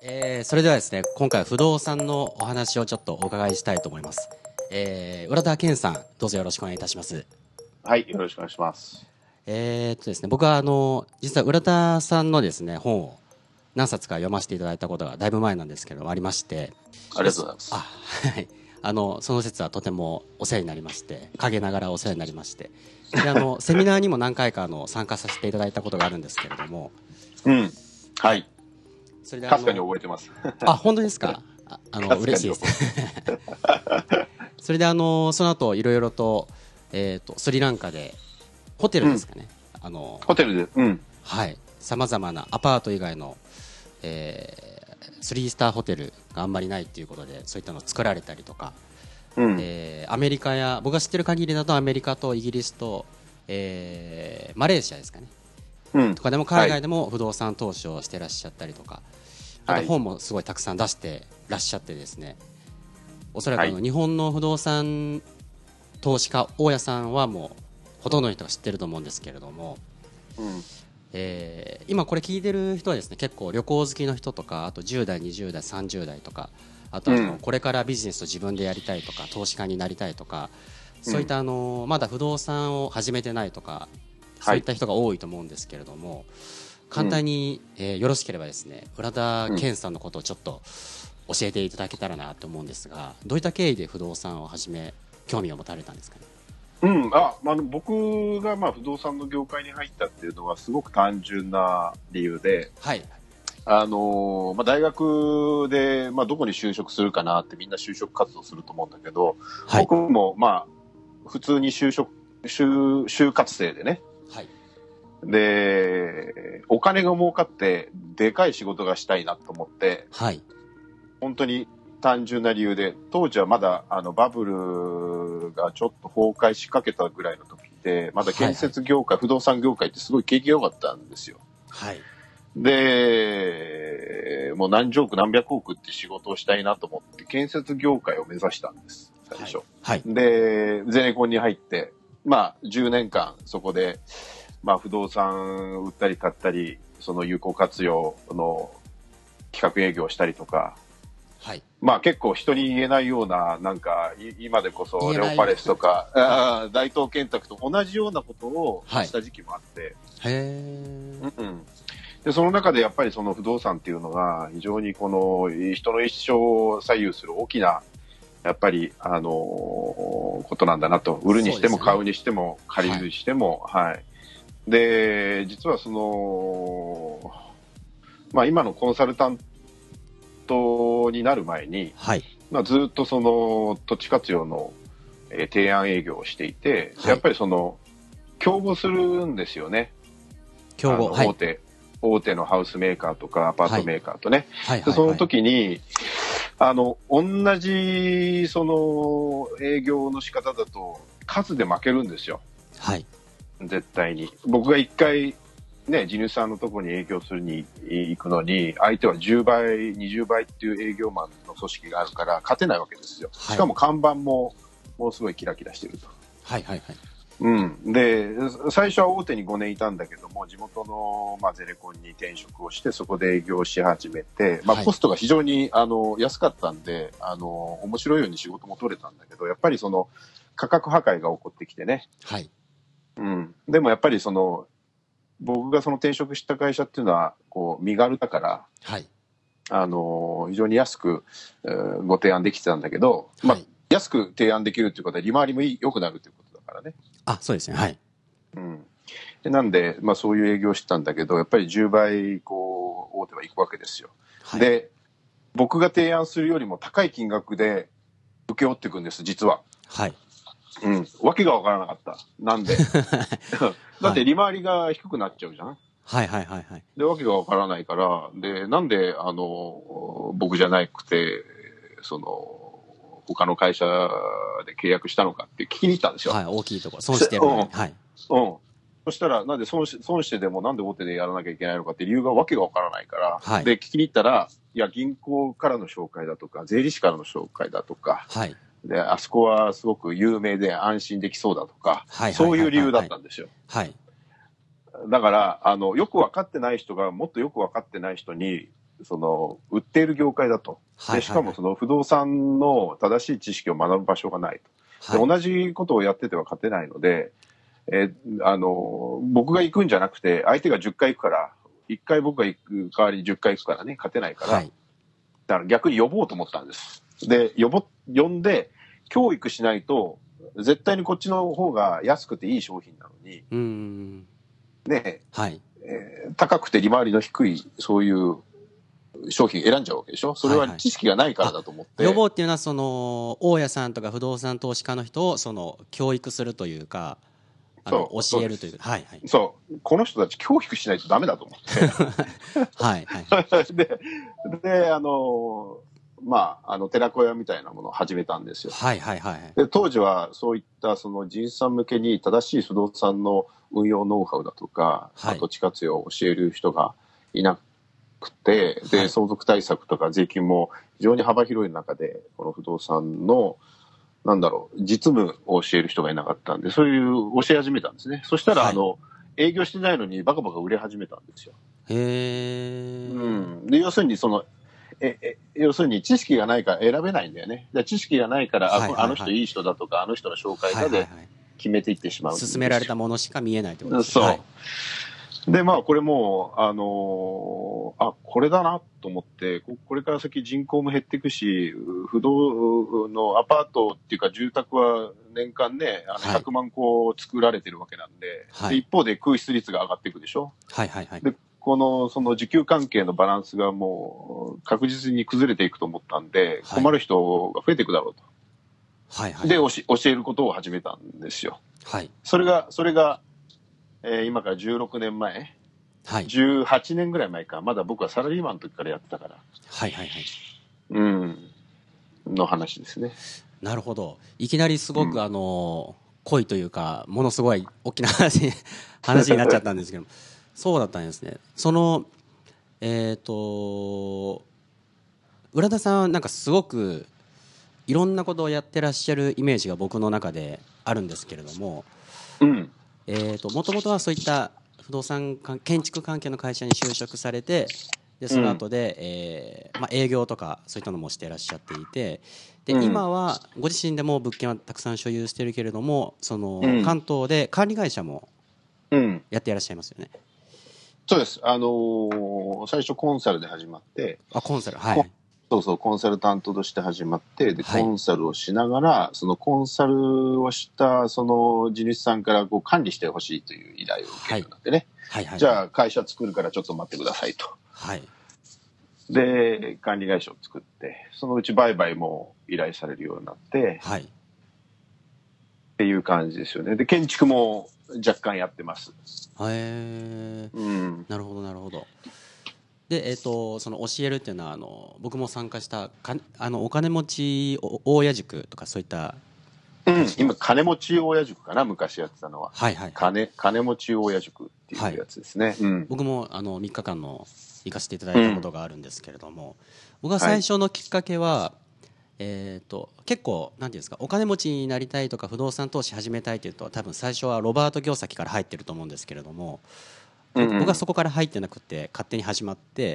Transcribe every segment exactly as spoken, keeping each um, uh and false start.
えー、それではですね、今回は不動産のお話をちょっとお伺いしたいと思います。えー、浦田健さん、どうぞよろしくお願いいたします。 はい、よろしくお願いします。 えーっとですね、僕はあの、実は浦田さんのですね、本を何冊か読ませていただいたことがだいぶ前なんですけどありまして、 ありがとうございます。 あ、はい。あの、その説はとてもお世話になりまして、陰ながらお世話になりまして、で、あの、セミナーにも何回かあの参加させていただいたことがあるんですけれども、 うん。はい。 それであかすかにの、 覚えてます。 あ、本当ですか。あ、あの、嬉しいです。それであの、その後いろいろと、えっと、スリランカで、ホテルですかね。うん、あの、 ホテルで、うん。 はい。様々なアパート以外の、えー、スリースターホテルがあんまりないっていうことで、そういったのを作られたりとか、うん、えー、アメリカや、僕が知ってる限りだとアメリカとイギリスと、えー、マレーシアですかね。うん、とかでも海外でも不動産投資をしてらっしゃったりとか、はい、あと本もすごいたくさん出してらっしゃってですね、おそらくあの日本の不動産投資家大家さんはもうほとんどの人が知ってると思うんですけれども、うん、えー、今これ聞いてる人はですね、結構旅行好きの人とか、あとじゅう代にじゅう代さんじゅう代とか、あとあのこれからビジネスを自分でやりたいとか投資家になりたいとか、そういったあのまだ不動産を始めてないとか、そういった人が多いと思うんですけれども、簡単に、えー、よろしければですね、浦田健さんのことをちょっと教えていただけたらなと思うんですが、どういった経緯で不動産を始め興味を持たれたんですかね。 うん、あ、まあ、僕がまあ不動産の業界に入ったっていうのはすごく単純な理由で、はい、あのまあ、大学で、まあ、どこに就職するかなってみんな就職活動すると思うんだけど、はい、僕もまあ普通に就職就就活生でね、はい、でお金が儲かってでかい仕事がしたいなと思って、はい、本当に単純な理由で、当時はまだあのバブルがちょっと崩壊しかけたぐらいの時で、まだ建設業界、はいはい、不動産業界ってすごい景気が良かったんですよ。はい、で、もう何十億何百億って仕事をしたいなと思って建設業界を目指したんです、最初。はいはい、で、ゼネコンに入って、まあじゅうねんかんそこで、まあ不動産売ったり買ったり、その有効活用の企画営業をしたりとか、はい、まあ結構人に言えないような、なんか今でこそレオパレスとか、はい、大東建託と同じようなことをした時期もあって、はい、へー、うん、でその中でやっぱりその不動産っていうのが非常にこの人の一生を左右する大きなやっぱりあのー、ことなんだなと。売るにしても買うにしても借りるにしても、はい、はい、で実はそのまあ今のコンサルタントになる前に、はい、まあ、ずっとその土地活用の、えー、提案営業をしていて、はい、やっぱりその競合するんですよね。競合、大手、はい、大手のハウスメーカーとかアパートメーカーとね。はい、でその時にあの同じその営業の仕方だと数で負けるんですよ。はい、絶対に。僕が一回ね、地主さんのところに営業するに行くのに相手はじゅうばいにじゅうばいっていう営業マンの組織があるから勝てないわけですよ。はい、しかも看板ももうすごいキラキラしてると。はいはいはい。うん、で最初は大手にごねんいたんだけども地元の、まあ、ゼネコンに転職をしてそこで営業し始めて、まあ、コストが非常にあの安かったんであの面白いように仕事も取れたんだけどやっぱりその価格破壊が起こってきてね。はい、うん、でもやっぱりその僕がその転職した会社っていうのはこう身軽だから、はい、あの非常に安く、えー、ご提案できてたんだけど、はい、まあ、安く提案できるっていうことは利回りも良くなるということだからね。 あ、そうですね。はい。 うん、でなんで、まあ、そういう営業をしてたんだけどやっぱりじゅうばいこう大手は行くわけですよ。はい、で僕が提案するよりも高い金額で請け負っていくんです実は。はい。うん、わけが分からなかった。なんでだって利回りが低くなっちゃうじゃん。はいはいはいはい。でわけが分からないからでなんであの僕じゃなくてその他の会社で契約したのかって聞きに行ったんですよ。はい、大きいところ損してるのに、うん、はい、うん。そしたらなんで損し損してでもなんで大手でやらなきゃいけないのかって理由がわけが分からないから、はい、で聞きに行ったらいや銀行からの紹介だとか税理士からの紹介だとか。はい。であそこはすごく有名で安心できそうだとか、はい、そういう理由だったんですよ。はい、だからあのよく分かってない人がもっとよく分かってない人にその売っている業界だと、でしかもその不動産の正しい知識を学ぶ場所がないと、はい、で同じことをやってては勝てないので、えー、あの僕が行くんじゃなくて相手がじゅっかい行くから、いっかい僕が行く代わりにじゅっかい行くからね、勝てないから、はい、だから逆に呼ぼうと思ったんです。で呼ぼ呼んで教育しないと絶対にこっちの方が安くていい商品なのに、 うーん、 ね、 はい、 えー、高くて利回りの低いそういう商品選んじゃうわけでしょ。それは知識がないからだと思って、 はいはい、予防っていうのはその大家さんとか不動産投資家の人をその教育するというか、あの教えるという、はいはい、 そうこの人たち教育しないとダメだと思ってはいはいでであのまああの寺子屋みたいなものを始めたんですよ。 はいはいはい。 で当時はそういったその人さん向けに正しい不動産の運用ノウハウだとか、はい、土地活用を教える人がいなくて、で、はい、相続対策とか税金も非常に幅広い中でこの不動産のなんだろう実務を教える人がいなかったんで、そういう教え始めたんですね。そしたら、はい、あの営業してないのにバカバカ売れ始めたんですよ。 へー、 うん、で要するにそのええ要するに知識がないから選べないんだよね。で知識がないから、はいはいはい、あ, あの人いい人だとかあの人の紹介だで決めていってしまう、はいはいはい、 勧められたものしか見えないってことですね。 そう、 はい、 でまあこれもあのー、あこれだなと思って、これから先人口も減っていくし、不動のアパートっていうか住宅は年間ねあのひゃくまんこ作られてるわけなんで、はい、で一方で空室率が上がっていくでしょ。 はいはいはい。 でこのその需給関係のバランスがもう確実に崩れていくと思ったんで、はい、困る人が増えていくだろうと、はいはい、で教えることを始めたんですよ。 はい、それがそれが、えー、今からじゅうろくねんまえ、はい、じゅうはちねんぐらい前か、まだ僕はサラリーマンの時からやってたから、 はいはいはい、 うんの話ですね。 なるほど。いきなりすごく、うん、あの濃いというかものすごい大きな話話になっちゃったんですけどそうだったんですね。そのえっと浦田さんはなんかすごくいろんなことをやってらっしゃるイメージが僕の中であるんですけれども、 うん、 えっともともとはそういった不動産建築関係の会社に就職されて、でその後で、うんえーまあ、営業とかそういったのもしていらっしゃっていて、で、うん、今はご自身でも物件はたくさん所有しているけれども、その、うん、関東で管理会社もやっていらっしゃいますよね。 そうです。あのー、最初コンサルで始まって、 あ、コンサル、はい。 そうそう、コンサルタントとして始まって、で、コンサルをしながら、はい、そのコンサルをした、その地主さんからこう管理してほしいという依頼を受けるようになってね。はいはいはい、じゃあ、会社作るからちょっと待ってくださいと。はい。で、管理会社を作って、そのうち売買も依頼されるようになって、はい。っていう感じですよね。で、建築も若干やってます。 へー、うん、なるほどなるほど。で、えー、とその教えるっていうのはあの僕も参加したかあのお金持ち大家塾とかそういった、 うん、今金持ち大家塾かな、昔やってたのは、 はいはい、 金金持ち大家塾っていうやつですね、はいうん、 僕もあのみっかかんの行かせていただいたことがあるんですけれども、うん、僕は最初のきっかけは、はいえー、と結構なんていうんですか、お金持ちになりたいとか不動産投資始めたいというと多分最初はロバート業績から入ってると思うんですけれども、うんうん、僕はそこから入ってなくて勝手に始まって、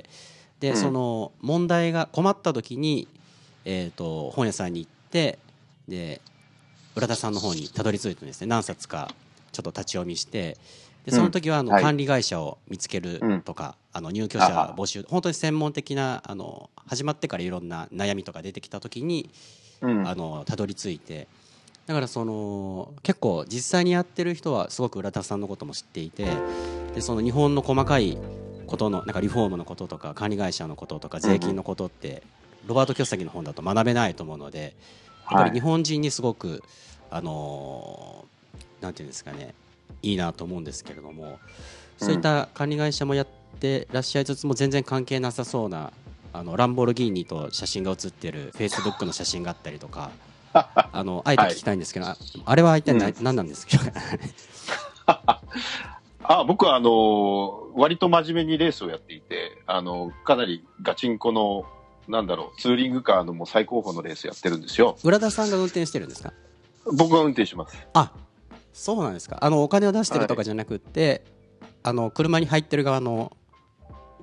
で、うん、その問題が困った時に、えー、と本屋さんに行ってで浦田さんの方にたどり着いてですね、何冊かちょっと立ち読みして、でその時はあの管理会社を見つけるとか、うん、あの入居者募集、本当に専門的なあの始まってからいろんな悩みとか出てきた時に、うん、あのたどり着いて、だからその結構実際にやってる人はすごく浦田さんのことも知っていて、でその日本の細かいことのなんかリフォームのこととか管理会社のこととか税金のことってロバート清崎の本だと学べないと思うので、やっぱり日本人にすごくあのなんていうんですかね、いいなと思うんですけれども、そういった管理会社もやってらっしゃいつつも全然関係なさそうなあのランボルギーニと写真が写ってるフェイスブックの写真があったりとかあのあえて聞きたいんですけど、はい、あれは一体何、うん、何なんですかあ僕はあの割と真面目にレースをやっていて、あのかなりガチンコのなんだろうツーリングカーのもう最高峰のレースやってるんですよ。 浦田さんが運転してるんですか？ 僕が運転します。 あ、そうなんですか。あのお金を出してるとかじゃなくて、はい、あの車に入ってる側の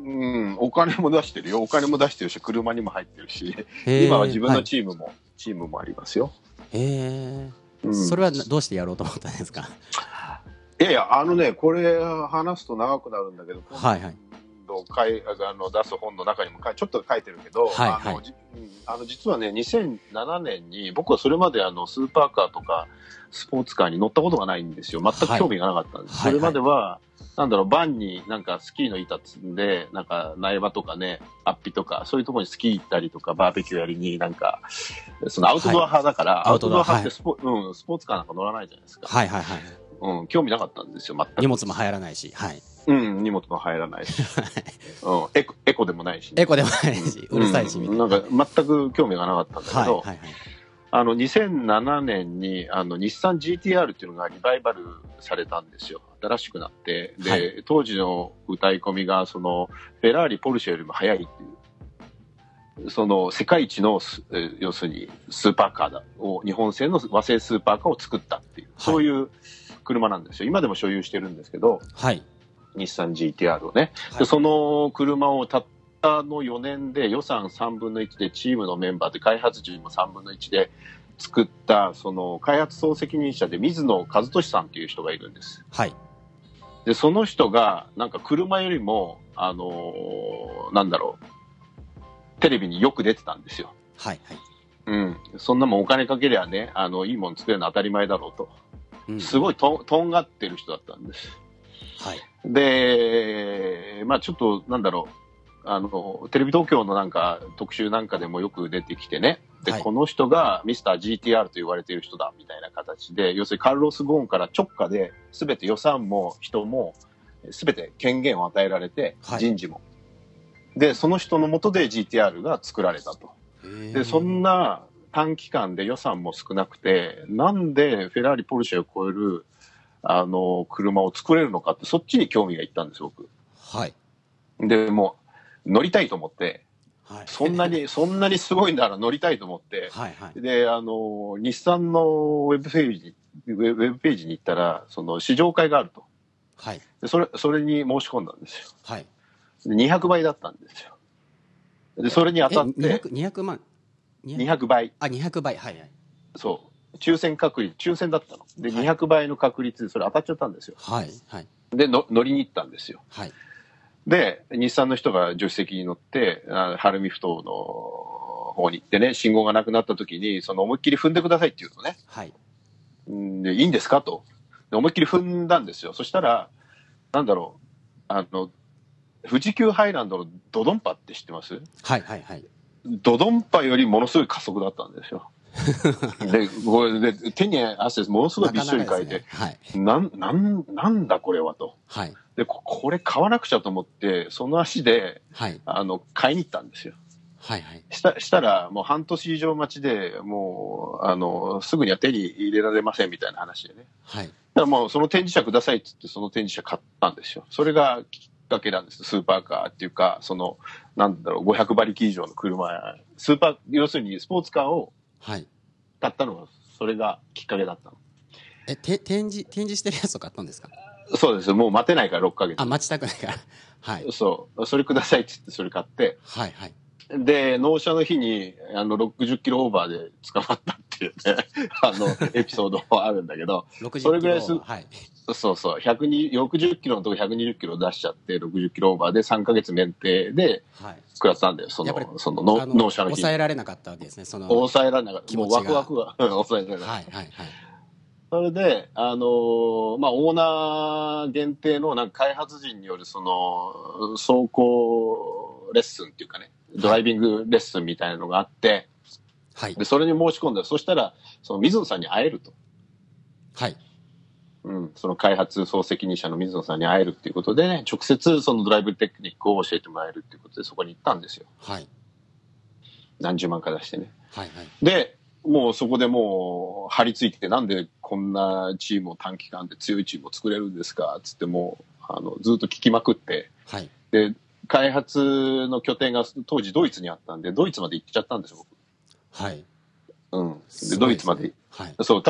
うん、お金も出してるよ。お金も出してるし、車にも入ってるし、今は自分のチームも、はい、チームもありますよ。 へえ、うん。それはどうしてやろうと思ったんですか？ いやいや、あのね、これ話すと長くなるんだけど、 はいはい。 かいあの出す本の中にもちょっと書いてるけど、はいはい、あのあの実はねにせんななねんに僕はそれまであのスーパーカーとかスポーツカーに乗ったことがないんですよ。全く興味がなかったんです、はい、それまでは、はい、なんだろう、バンになんかスキーの板積んでなんか苗場とかね、アッピとかそういうところにスキー行ったりとかバーベキューやりになんかそのアウトドア派だから、はい、アウトドア派ってスポ、はい、うん、スポーツカーなんか乗らないじゃないですか。 はいはいはい、 うん、興味なかったんですよ。全く荷物も入らないし、はい、 うん、荷物も入らないし、うん、エコ、エコでもないし、 ね、エコでもないし、うん、うるさいしみたいな、 うん、なんか全く興味がなかったんだけど、はいはいはい、あのにせんななねんにあの日産 ジーティーアール っていうのがリバイバルされたんですよ。新しくなって、で、はい、当時の歌い込みがそのフェラーリ、ポルシェよりも速いっていう、その世界一の要するにスーパーカーだを日本製の和製スーパーカーを作ったっていう、はい、そういう車なんですよ。今でも所有してるんですけど、はい、日産 ジーティーアール をね、はい、でその車をたったのよねんで予算さんぶんのいちでチームのメンバーで開発陣もさんぶんのいちで作ったその開発総責任者で水野和俊さんという人がいるんです、はい、でその人がなんか車よりもあのー、なんだろうテレビによく出てたんですよ、はいはい、うん、そんなもんお金かけりゃね、あのいいもん作れるの当たり前だろうと、うん、すごい と, とんがってる人だったんです、はい、で、まあちょっとなんだろう、あのテレビ東京のなんか特集なんかでもよく出てきてね、で、はい、この人がミスター ジーティーアール と言われている人だみたいな形で、要するにカルロス・ゴーンから直下で全て予算も人も全て権限を与えられて、はい、人事もでその人の下で ジーティーアール が作られたと。でそんな短期間で予算も少なくて、なんでフェラーリ、ポルシェを超えるあの車を作れるのかって、そっちに興味がいったんです僕。はい。でもう乗りたいと思って、はい、そんなにそんなにすごいなら乗りたいと思って、はいはい、であの日産のウェブページウェブページに行ったらその試乗会があると。はい。でそれそれに申し込んだんですよ。はい。でにひゃくばいだったんですよ。でそれに当たってにひゃく、 にひゃくまんにひゃくばい。 あ、にひゃくばい、はいはい。 そう抽選確率、抽選だったので、はい、にひゃくばいの確率でそれ当たっちゃったんですよ。はいはい。での乗りに行ったんですよ。はい。で日産の人が助手席に乗って晴海ふ頭の方に行ってね、信号がなくなった時にその思いっきり踏んでくださいって言うのね。はい。でいいんですかと。で思いっきり踏んだんですよ。そしたらなんだろう、あの富士急ハイランドのドドンパって知ってます？はいはいはい。ドドンパよりものすごい加速だったんですよ。でこれで手に汗ものすごいびっしょりかいて、なかなかですね、はい、なんなんなんだこれはと、はい、で こ, これ買わなくちゃと思ってその足で、はい、あの買いに行ったんですよ。はいはい、したしたらもう半年以上待ちでもうあのすぐには手に入れられませんみたいな話でね、はい、だからもうその展示車くださいって言ってその展示車買ったんですよ。それがきっかけなんです。スーパーカーっていうかそのなんだろうごひゃくばりき以上の車、スーパー要するにスポーツカーをはい。買ったのがそれがきっかけだったの。 え、て展示展示してるやつを買ったんですか？ そうです。もう待てないからろっかげつ。 あ、待ちたくないから。はい。 そうそれくださいって言ってそれ買って。はいはい。で納車の日にあのろくじゅっキロオーバーで捕まったっていうねあのエピソードもあるんだけど、 ろくじゅっキロ、それぐらいす、はい。 そうそうろくじゅっキロのとこひゃくにじゅっキロ出しちゃってろくじゅっキロオーバーでさんかげつ免停で食らったんだよ。そのその納車の日に抑えられなかったわけですね。その抑えられなかった。もうワクワクが抑えられなかった。はいはいはい。それであのー、まあオーナー限定のなんか開発陣によるその走行レッスンっていうかね、ドライビングレッスンみたいなのがあって、はい、でそれに申し込んだら、そしたらその水野さんに会えると、はい、うん、その開発総責任者の水野さんに会えるっていうことで、ね、直接そのドライブテクニックを教えてもらえるっていうことでそこに行ったんですよ。はい、何十万か出してね。はいはい、でもうそこでもう張り付いてて、なんでこんなチームを短期間で強いチームを作れるんですかっつってもうあのずっと聞きまくって、はい、で開発の拠点が当時ドイツにあったんでドイツまで行っちゃったんですよ僕。はい。うん。でドイツまで、はい、そう多分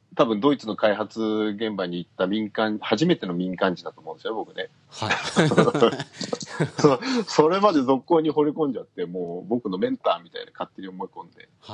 多分ドイツの開発現場に行った民間、初めての民間人だと思うんですよ、僕ね。 はい。 そ, それまで続行に惚れ込んじゃって、もう僕のメンターみたいな勝手に思い込んで。 はい。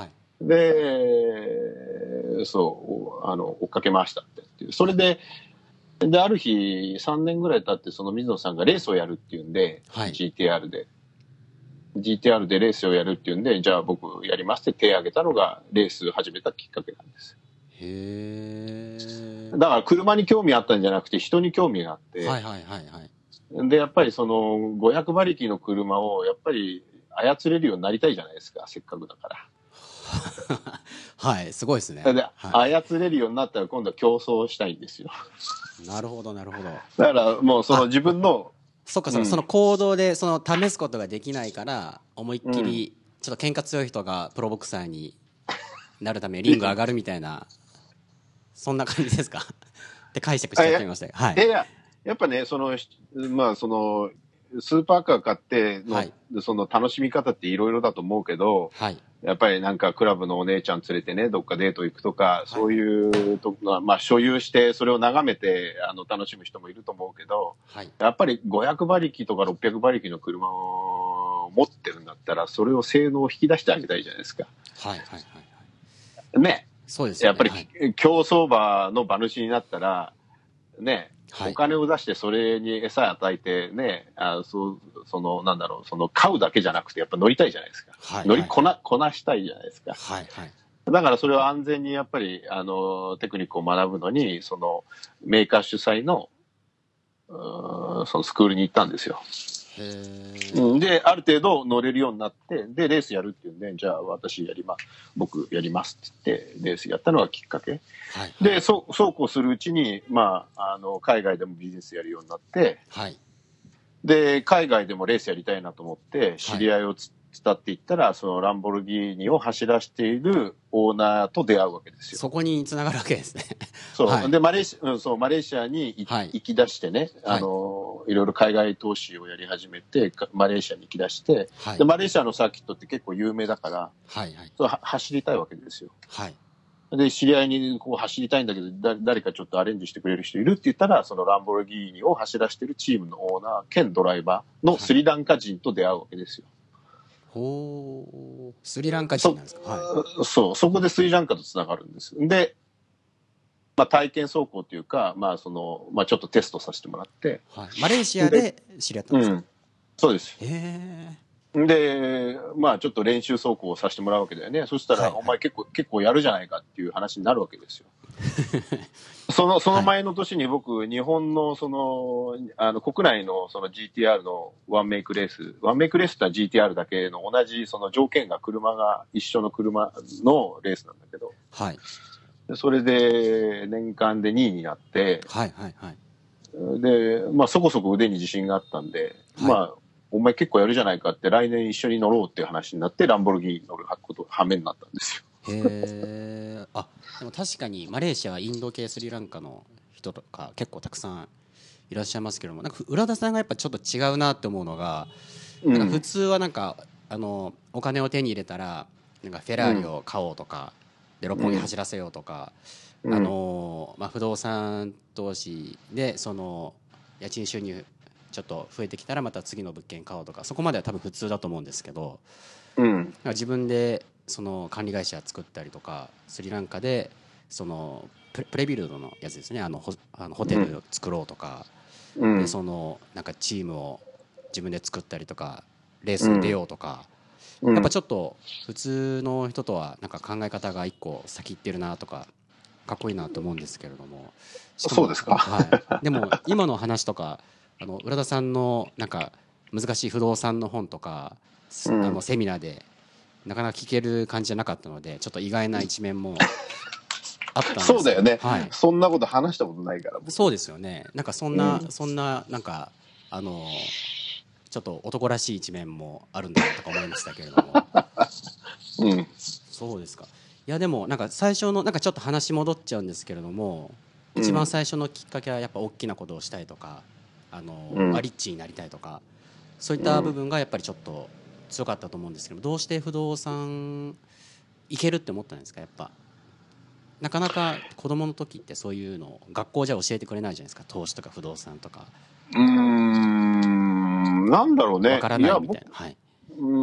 で、そう、あの、追っかけ回したっていう。それで、で、ある日、さんねんぐらい経って、その水野さんがレースをやるっていうんで、はい、ジーティーアール で。ジーティーアール でレースをやるっていうんで、じゃあ僕やりますって手を挙げたのが、レース始めたきっかけなんです。 へー。 だから車に興味あったんじゃなくて、人に興味があって。 はいはいはいはい。 で、やっぱりその、ごひゃくばりきの車を、やっぱり操れるようになりたいじゃないですか、せっかくだから。 はい、すごいですね。 で、 はい、 操れるようになったら今度は競争したいんですよ。 なるほどなるほど。だからもうその自分のそっかそっか、うん、その行動でその試すことができないから思いっきりちょっと喧嘩強い人がプロボクサーになるためにリング上がるみたいなそんな感じですかって解釈しちゃってみました。はい。 いややっぱねそのまあそのスーパーカー買っての、はい、その楽しみ方っていろいろだと思うけど、はい、やっぱりなんかクラブのお姉ちゃん連れてねどっかデート行くとか、はい、そういうとまあ所有してそれを眺めてあの楽しむ人もいると思うけど、はい、やっぱりごひゃくばりきとかろっぴゃくばりきの車を持ってるんだったらそれを性能を引き出してあげたいじゃないですか。 はいはいはいはい。 ね。 そうですね。 やっぱり、はい、競走馬の馬主になったらね。はい、お金を出してそれに餌与えてね、あそそのなんだろうその買うだけじゃなくてやっぱ乗りたいじゃないですか。はいはい、乗りこなこなしたいじゃないですか。はいはい、だからそれを安全にやっぱりあのテクニックを学ぶのにそのメーカー主催のそのスクールに行ったんですよ。へである程度乗れるようになってでレースやるっていうんでじゃあ私やります僕やりますって言ってレースやったのがきっかけ、はいはい、でそそうこうするうちに、まあ、あの海外でもビジネスやるようになって、はい、で海外でもレースやりたいなと思って知り合いをつ、はい伝っていったらそのランボルギーニを走らせているオーナーと出会うわけですよ。 そこに繋がるわけですね。 そう、はい、でマレーシア、うん、そうマレーシアに、はい、行き出してね、あの、はい、いろいろ海外投資をやり始めてマレーシアに行き出して、はい、でマレーシアのサーキットって結構有名だから、はいはい、そう走りたいわけですよ。はい、で知り合いにこう走りたいんだけどだ誰かちょっとアレンジしてくれる人いるって言ったらそのランボルギーニを走らせてるチームのオーナー兼ドライバーのスリランカ人と出会うわけですよ。 ほうスリランカ人なんですか。はい、 そうそこでスリランカとつながるんです。で、まあ、体験走行というか、まあそのまあ、ちょっとテストさせてもらって、 はい、マレーシアで知り合ったんですか。うん、 そうです。へでまあちょっと練習走行をさせてもらうわけだよね。そしたら、はいはい、お前結構結構やるじゃないかっていう話になるわけですよ。そのその前の年に僕、はい、日本のそのあの国内のその ジーティーアール のワンメイクレースワンメイクレースってのは ジーティーアール だけの同じその条件が車が一緒の車のレースなんだけど、はい、でそれで年間でにいになって、はいはいはい、でまあそこそこ腕に自信があったんで、はい、まあお前結構やるじゃないかって来年一緒に乗ろうっていう話になってランボルギーニに乗ることはめになったんですよ。 へーあでも確かにマレーシアはインド系スリランカの人とか結構たくさんいらっしゃいますけどもなんか浦田さんがやっぱちょっと違うなって思うのが、うん、なんか普通はなんかあのお金を手に入れたらなんかフェラーリを買おうとか、うん、で六本木走らせようとか、うんあのまあ、不動産投資でその家賃収入ちょっと増えてきたらまた次の物件買おうとかそこまでは多分普通だと思うんですけど、うん、自分でその管理会社作ったりとかスリランカでそのプ レ, プレビルドのやつですねあの ホ, あのホテルを作ろうとか、うん、でそのなんかチームを自分で作ったりとかレースに出ようとか、うん、やっぱちょっと普通の人とはなんか考え方が一個先行ってるなとかかっこいいなと思うんですけれどもそうですか、 はい、でも今の話とかあの浦田さんのなんか難しい不動産の本とか、うん、あのセミナーでなかなか聞ける感じじゃなかったのでちょっと意外な一面もあったんですそうだよね、はい、そんなこと話したことないからそうですよねなんかそんな、うん、そんななんかあのちょっと男らしい一面もあるんだなとか思いましたけれども、うん、そうですかいやでもなんか最初のなんかちょっと話戻っちゃうんですけれども一番最初のきっかけはやっぱ大きなことをしたいとかあの、うん、リッチになりたいとかそういった部分がやっぱりちょっと強かったと思うんですけどどうして不動産いけるって思ったんですかやっぱなかなか子供の時ってそういうの学校じゃ教えてくれないじゃないですか、投資とか不動産とか。 うーん、なんだろうね。 わからないみたいな。はい。 うー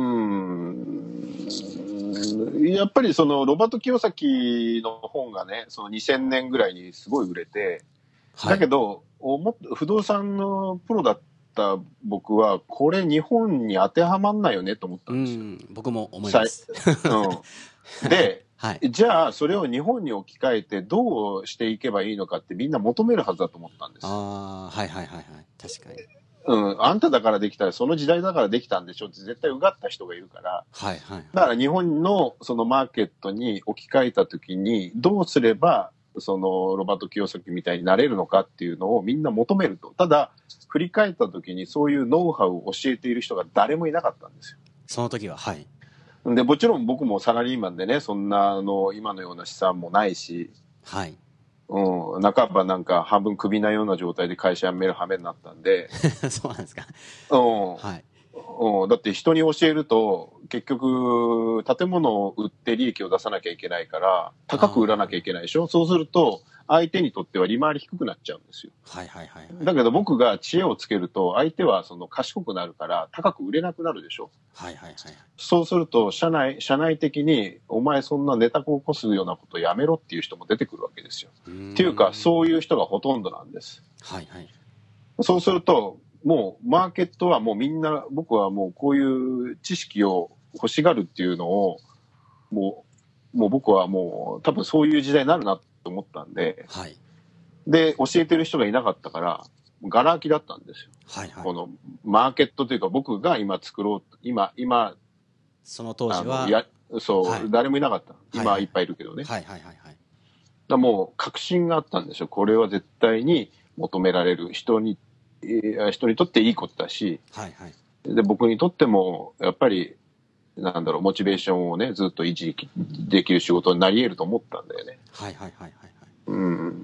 ん、やっぱりそのロバート清崎の本がね、そのにせんねんぐらいにすごい売れて、はい、だけど不動産のプロだった僕はこれ日本に当てはまんないよねと思ったんですよ。うん、 僕も思います。 うん、で、はい、じゃあそれを日本に置き換えてどうしていけばいいのかってみんな求めるはずだと思ったんです。 ああ、はいはいはいはい、確かに。 うん、あんただからできたらその時代だからできたんでしょって絶対うがった人がいるから、 はいはいはい、 だから日本のそのマーケットに置き換えた時にどうすればそのロバート清崎みたいになれるのかっていうのをみんな求めると。ただ振り返った時にそういうノウハウを教えている人が誰もいなかったんですよ。 その時は。はい。 でもちろん僕もサラリーマンでね、そんなあの今のような資産もないし、 はい。 うん、半ばなんか半分クビなような状態で会社辞める羽目になったんでそうなんですか。 うん、はい、うん、だって人に教えると結局建物を売って利益を出さなきゃいけないから高く売らなきゃいけないでしょ。そうすると相手にとっては利回り低くなっちゃうんですよ。 はいはいはい、はい、 だけど僕が知恵をつけると相手はその賢くなるから高く売れなくなるでしょ。 はいはいはい、 そうすると社内社内的にお前そんなネタを起こすようなことをやめろっていう人も出てくるわけですよ。っていうかそういう人がほとんどなんです。 はいはい。 そうするともうマーケットはもうみんな僕はもうこういう知識を欲しがるっていうのをもうもう僕はもう多分そういう時代になるなと思ったんで、 はい、 で教えてる人がいなかったからガラ空きだったんですよ。 はいはい、 このマーケットというか僕が今作ろう今今その当時はやそう、はい、誰もいなかった。今はいっぱいいるけどね。 はいはいはいはい。 だもう確信があったんですよ。これは絶対に求められる人に人にとっていいことだし、 はいはい、 で僕にとってもやっぱりなんだろうモチベーションをねずっと維持できる仕事になり得ると思ったんだよね。 はいはいはいはい、はい、 うん。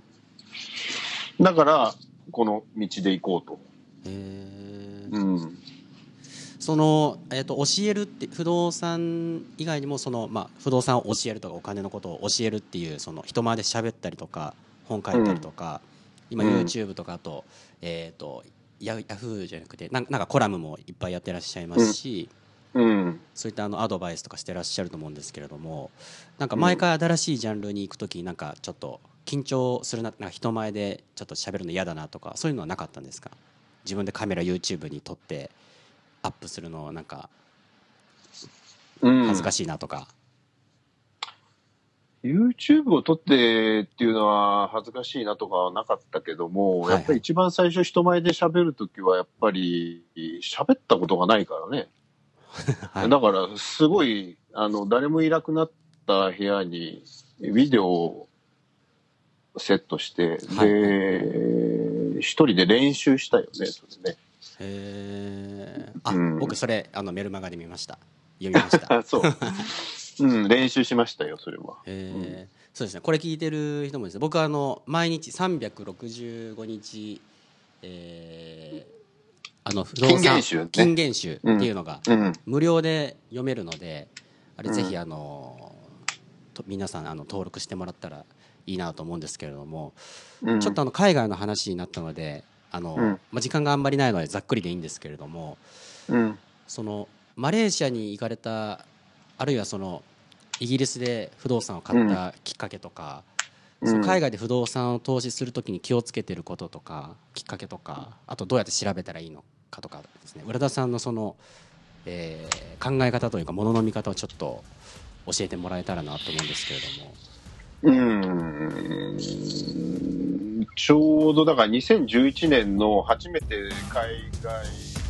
だからこの道で行こうと。 へー、 うん。 そのえー、と教えるって不動産以外にもその、まあ、不動産を教えるとかお金のことを教えるっていうその人前で喋ったりとか本書いたりとか、うん、今 YouTube とかあと、えー、とヤフーじゃなくてなんかコラムもいっぱいやってらっしゃいますし、 うん、 そういったあのアドバイスとかしてらっしゃると思うんですけれども、なんか毎回新しいジャンルに行くときなんかちょっと緊張するな、なんか人前でちょっと喋るの嫌だなとかそういうのはなかったんですか？自分でカメラ YouTube に撮ってアップするのなんか恥ずかしいなとか、 うん、YouTube を撮ってっていうのは恥ずかしいなとかはなかったけども、はいはい、やっぱり一番最初人前で喋るときはやっぱり喋ったことがないからね、はい、だからすごいあの誰もいなくなった部屋にビデオをセットして、はい、で一人で練習したよねそれね。 へー、あ、うん、僕それあのメルマガで見ました、読みましたそう、うん、練習しましたよそれは。 へー、うん、そうですね。これ聞いてる人もですね、僕はあの毎日さんびゃくろくじゅうごにち、えー、あの不動産金言集、ね、 金言集っていうのが無料で読めるので、うん、あれぜひあの皆さんあの登録してもらったらいいなと思うんですけれども、うん、ちょっとあの海外の話になったのであの、うんまあ、時間があんまりないのでざっくりでいいんですけれども、うん、そのマレーシアに行かれたあるいはそのイギリスで不動産を買ったきっかけとか、うん、その海外で不動産を投資するときに気をつけてることとかきっかけとか、あとどうやって調べたらいいのかとかですね、浦田さんのその、えー、考え方というかものの見方をちょっと教えてもらえたらなと思うんですけれども。 うーんちょうどだからにせんじゅういちねんの初めて海外